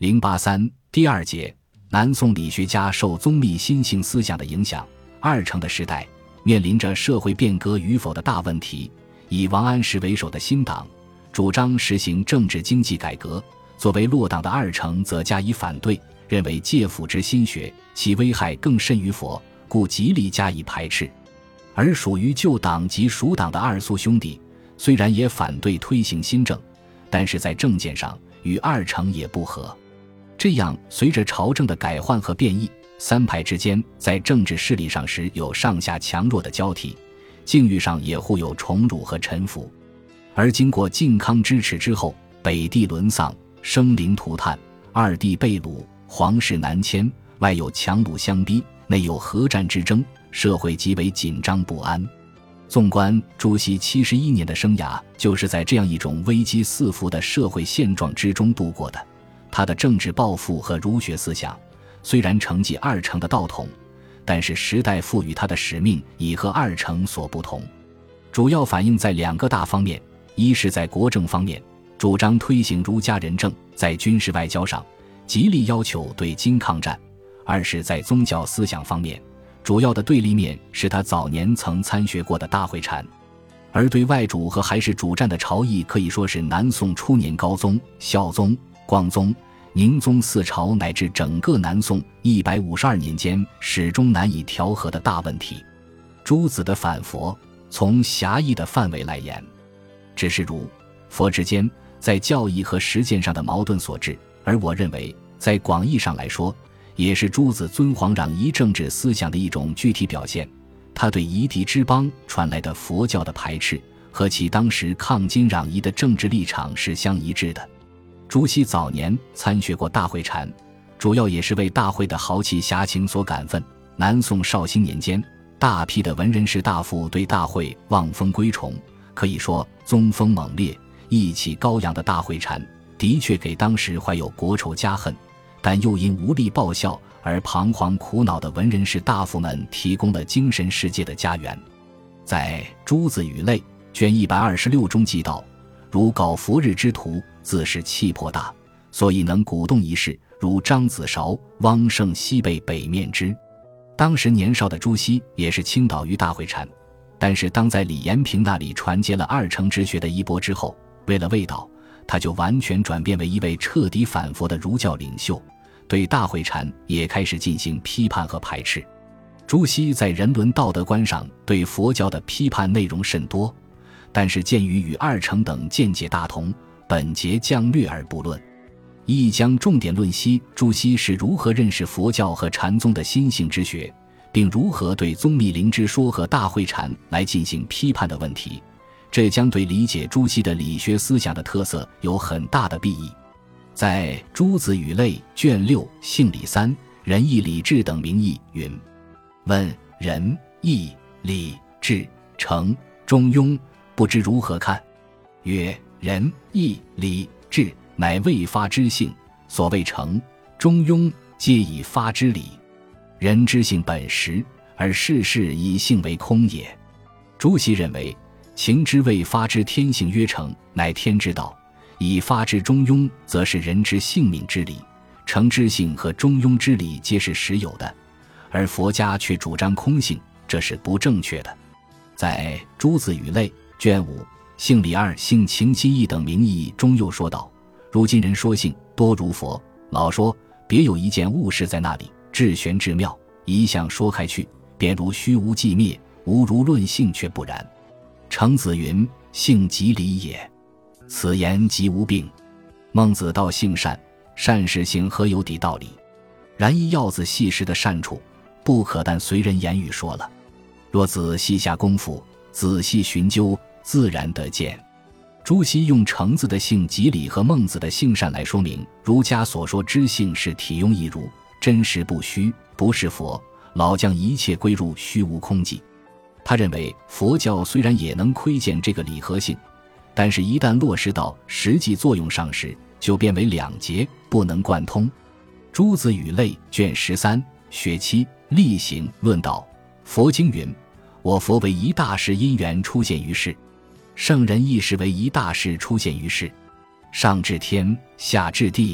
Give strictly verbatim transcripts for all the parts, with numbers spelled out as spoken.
零八三第二节，南宋理学家受宗密心性思想的影响。二程的时代面临着社会变革与否的大问题，以王安石为首的新党主张实行政治经济改革，作为落党的二程则加以反对，认为借辅之新学，其危害更甚于佛，故极力加以排斥。而属于旧党及属党的二苏兄弟虽然也反对推行新政，但是在政见上与二程也不合。这样随着朝政的改换和变异，三派之间在政治势力上时有上下强弱的交替，境遇上也互有宠辱和臣服。而经过靖康之耻之后，北地沦丧，生灵涂炭，二帝被掳，皇室南迁，外有强虏相逼，内有核战之争，社会极为紧张不安。纵观朱熹七十一年的生涯，就是在这样一种危机四伏的社会现状之中度过的。他的政治抱负和儒学思想虽然承继二程的道统，但是时代赋予他的使命已和二程所不同，主要反映在两个大方面：一是在国政方面，主张推行儒家仁政，在军事外交上极力要求对金抗战；二是在宗教思想方面，主要的对立面是他早年曾参学过的大会禅。而对外主和还是主战的朝议可以说是南宋初年高宗、孝宗、光宗、宁宗四朝乃至整个南宋一百五十二年间始终难以调和的大问题。诸子的反佛，从狭义的范围来言，只是儒、佛之间在教义和实践上的矛盾所致，而我认为在广义上来说，也是诸子尊皇攘夷政治思想的一种具体表现。他对夷狄之邦传来的佛教的排斥和其当时抗金攘夷的政治立场是相一致的。朱熹早年参学过大会禅，主要也是为大会的豪气侠情所感奋。南宋绍兴年间，大批的文人士大夫对大会望风归崇，可以说宗风猛烈，意气高扬的大会禅的确给当时怀有国仇家恨，但又因无力报效而彷徨苦恼的文人士大夫们提供了精神世界的家园。在《诸子语类》卷一百二十六中记道，如搞佛日之徒，自是气魄大，所以能鼓动一世，如张子韶、汪胜西被北面之。当时年少的朱熹也是倾倒于大会禅，但是当在李延平那里传接了二程之学的衣钵之后，为了卫道，他就完全转变为一位彻底反佛的儒教领袖，对大会禅也开始进行批判和排斥。朱熹在人伦道德观上对佛教的批判内容甚多，但是鉴于与二程等见解大同，本节将略而不论，亦将重点论析朱熹是如何认识佛教和禅宗的心性之学，并如何对宗密灵之说和大会禅来进行批判的问题，这将对理解朱熹的理学思想的特色有很大的裨益。在《诸子语类》卷六性理三仁义礼智等名义云：问仁义礼智诚中庸，不知如何看？曰：仁义礼智乃未发之性，所谓诚中庸，皆以发之理。人之性本实，而事事以性为空也。朱熹认为，情之未发之天性曰诚，乃天之道；以发之中庸，则是人之性命之理。诚之性和中庸之理皆是实有的，而佛家却主张空性，这是不正确的。在《诸子语类》卷五性理二性情心意等名义中又说道：如今人说性多如佛，老说别有一件物事在那里，至玄至妙，一向说开去，便如虚无寂灭，无如论性却不然。程子云：性即理也，此言即无病。孟子道性善，善是性何有抵道理？然一要子细时的善处，不可但随人言语说了，若仔细下功夫，仔细寻究，自然得见。朱熹用程子的性即理和孟子的性善来说明儒家所说知性是体庸一如，真实不虚，不是佛，老将一切归入虚无空寂。他认为佛教虽然也能窥见这个理和性，但是一旦落实到实际作用上时，就变为两截，不能贯通。诸子语类卷十三学七例行论道，佛经云：我佛为一大事因缘出现于世，圣人亦是为一大事出现于世。上至天，下至地，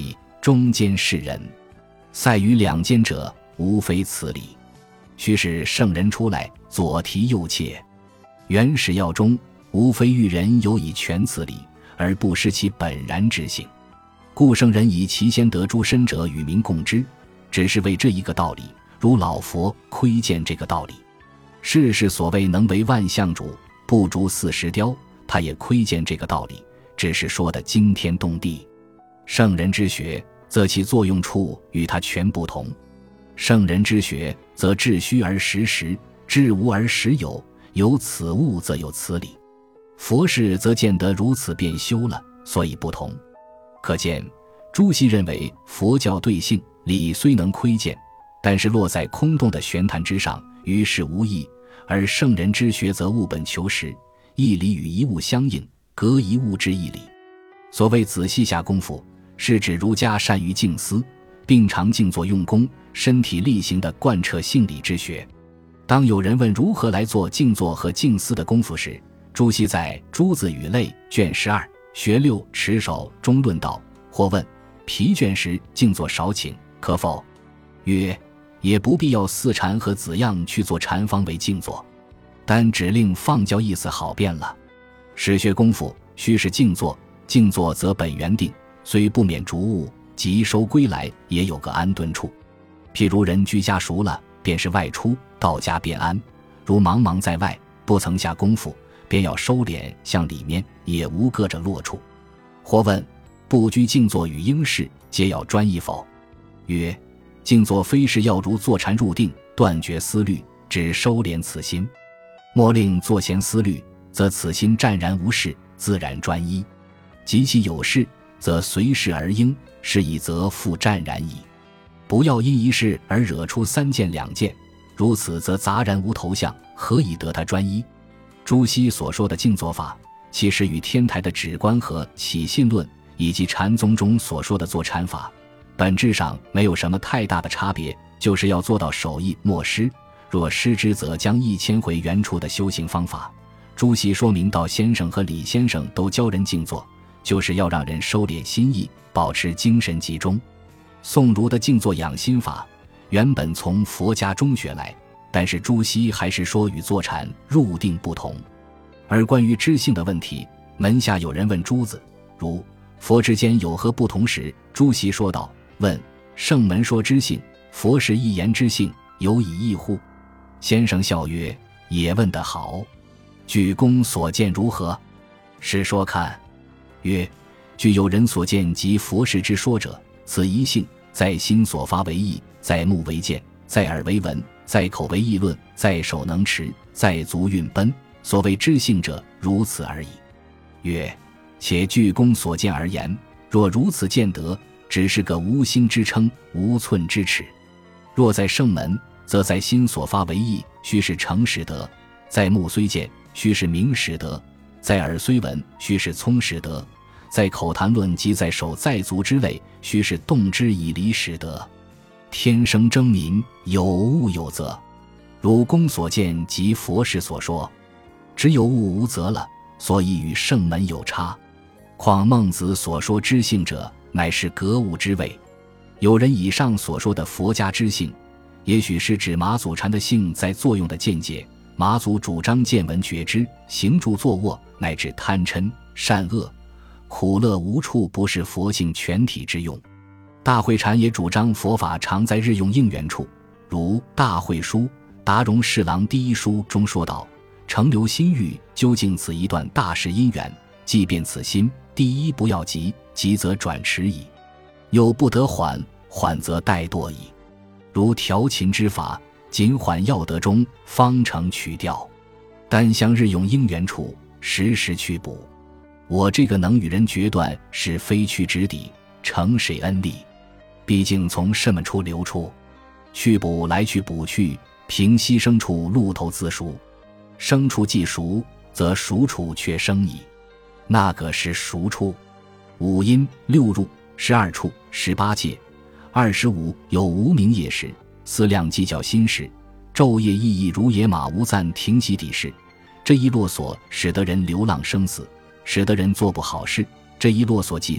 中间是人。塞于两间者，无非此理。须是圣人出来，左提右挈。原始要中，无非欲人有以全此理，而不失其本然之性。故圣人以其先得诸身者与民共之，只是为这一个道理，如老佛窥见这个道理。世事所谓能为万象主，不逐四时雕，他也窥见这个道理，只是说的惊天动地。圣人之学，则其作用处与他全不同。圣人之学，则至虚而实实，至无而实有，有此物则有此理。佛事则见得如此便休了，所以不同。可见朱熹认为佛教对性理虽能窥见，但是落在空洞的玄谈之上，于事无益；而圣人之学则务本求实，一理与一物相应，隔一物之一理。所谓仔细下功夫，是指儒家善于静思，并常静坐用功，身体力行地贯彻性理之学。当有人问如何来做静坐和静思的功夫时，朱熹在《诸子语类》卷十二学六持守中论道：或问疲倦时静坐少顷，可否？曰：也不必要似禅和子样去做禅方为静坐，但只令放教意思好变了。始学功夫须是静坐，静坐则本源定，虽不免逐物，即收归来也有个安顿处。譬如人居家熟了，便是外出，到家便安；如茫茫在外，不曾下功夫，便要收敛向里面，也无个着落处。或问不居静坐与应试，皆要专一否？曰：静坐非是要如坐禅入定，断绝思虑，只收敛此心。莫令坐闲思虑，则此心湛然无事，自然专一；及其有事，则随事而应，是以则复湛然矣。不要因一事而惹出三件两件，如此则杂然无头相，何以得他专一？朱熹所说的静坐法，其实与天台的止观和起信论以及禅宗中所说的坐禅法本质上没有什么太大的差别，就是要做到手艺莫失，若失之则将一迁回原处的修行方法。朱熹说明道先生和李先生都教人静坐，就是要让人收敛心意，保持精神集中。宋儒的静坐养心法原本从佛家中学来，但是朱熹还是说与坐禅入定不同。而关于知性的问题，门下有人问朱子，如佛之间有何不同时，朱熹说道：问圣门说知性，佛是一言之性，有以异乎？先生笑曰：也问得好，据公所见如何？是说看。曰：据有人所见及佛事之说者，此一性，在心所发为意，在目为见，在耳为闻，在口为议论，在手能持，在足运奔，所谓知性者，如此而已。曰：且据公所见而言，若如此见得，只是个无心之称，无寸之尺。若在圣门，则在心所发为意，须是诚实德；在目虽见，须是明实德；在耳虽闻，须是聪实德；在口谈论及在手在足之类，须是动之以理使得。天生争民，有物有则。如公所见及佛事所说，只有物无则了，所以与圣门有差。况孟子所说知性者，乃是格物之谓。有人以上所说的佛家知性，也许是指马祖禅的性在作用的见解。马祖主张见闻觉知，行住坐卧，乃至贪嗔善恶苦乐无处不是佛性全体之用。大慧禅也主张佛法常在日用应缘处，如《大慧书·达荣侍郎第一书》中说道：诚留心欲，究竟此一段大事因缘，即便此心，第一不要急，急则转迟矣；又不得缓，缓则怠惰矣。如调琴之法，谨缓要得中，方成曲调。单相日用因缘处，时时去补。我这个能与人决断是非曲直抵，承谁恩力？毕竟从什么处流出？去补来去补去，凭牺牲处路头自熟。生处既熟，则熟处却生矣。那个是熟处。五阴六入十二处十八界二十五有无明业时，思量计较心事，昼夜意义如野马无暂停息底事。这一啰嗦使得人流浪生死，使得人做不好事。这一啰嗦既生，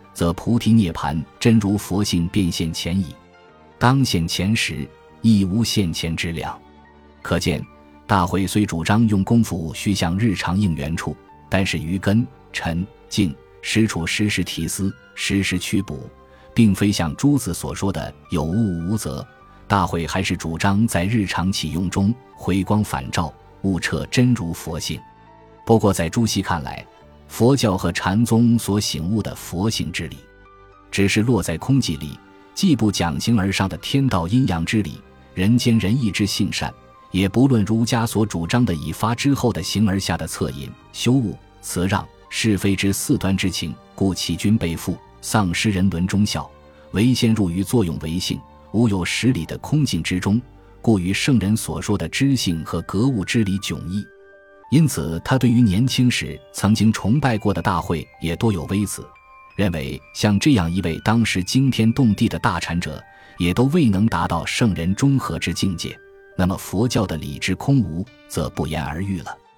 则菩提涅盘真如佛性便现前矣。当现前时，亦无现前之量。可见大会虽主张用功夫须向日常应缘处，但是于根、尘、境、实处时时提思，时时趋补，并非像诸子所说的有物无则。大会还是主张在日常启用中回光返照，悟彻真如佛性。不过在朱熹看来，佛教和禅宗所醒悟的佛性之理，只是落在空寂里，既不讲形而上的天道阴阳之理，人间仁义之性善，也不论儒家所主张的以发之后的形而下的恻隐、羞恶、辞让、是非之四端之情，故其君被负，丧失人伦忠孝，唯先入于作用为性，无有实理的空境之中，故与圣人所说的知性和格物之理迥异。因此他对于年轻时曾经崇拜过的大会也多有微词，认为像这样一位当时惊天动地的大禅者，也都未能达到圣人中和之境界，那么佛教的理之空无则不言而喻了。